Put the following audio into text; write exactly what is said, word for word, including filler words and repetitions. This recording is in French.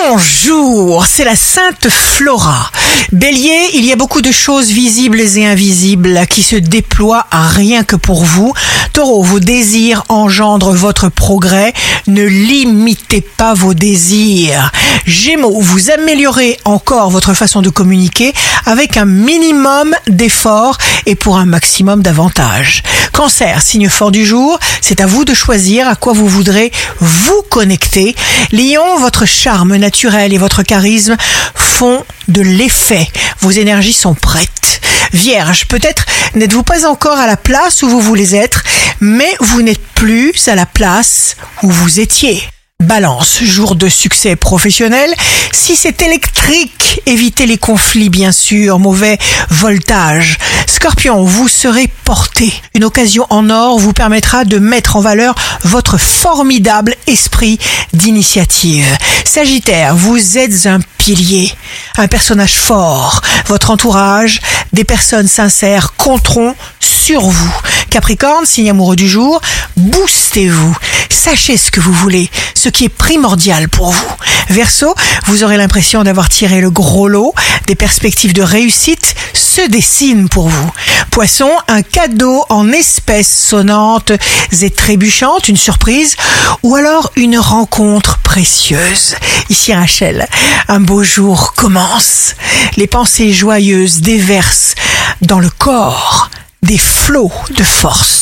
Bonjour, c'est la Sainte Flora. Bélier, il y a beaucoup de choses visibles et invisibles qui se déploient rien que pour vous. Taureau, vos désirs engendrent votre progrès. Ne limitez pas vos désirs. Gémeaux, vous améliorez encore votre façon de communiquer avec un minimum d'efforts et pour un maximum d'avantages. Cancer, signe fort du jour, c'est à vous de choisir à quoi vous voudrez vous connecter. Lion, votre charme naturel et votre charisme font de l'effet. Vos énergies sont prêtes. Vierge, peut-être n'êtes-vous pas encore à la place où vous voulez être, mais vous n'êtes plus à la place où vous étiez. Balance, jour de succès professionnel. Si c'est électrique, évitez les conflits bien sûr, mauvais voltage. Scorpion, vous serez porté. Une occasion en or vous permettra de mettre en valeur votre formidable esprit d'initiative. Sagittaire, vous êtes un pilier, un personnage fort. Votre entourage, des personnes sincères compteront sur vous. Capricorne, signe amoureux du jour, boostez-vous. Sachez ce que vous voulez, ce qui est primordial pour vous. Verseau, vous aurez l'impression d'avoir tiré le gros lot. Des perspectives de réussite se dessinent pour vous. Poisson, un cadeau en espèces sonnantes et trébuchantes, une surprise, ou alors une rencontre précieuse. Ici Rachel, un beau jour commence. Les pensées joyeuses déversent dans le corps des flots de force.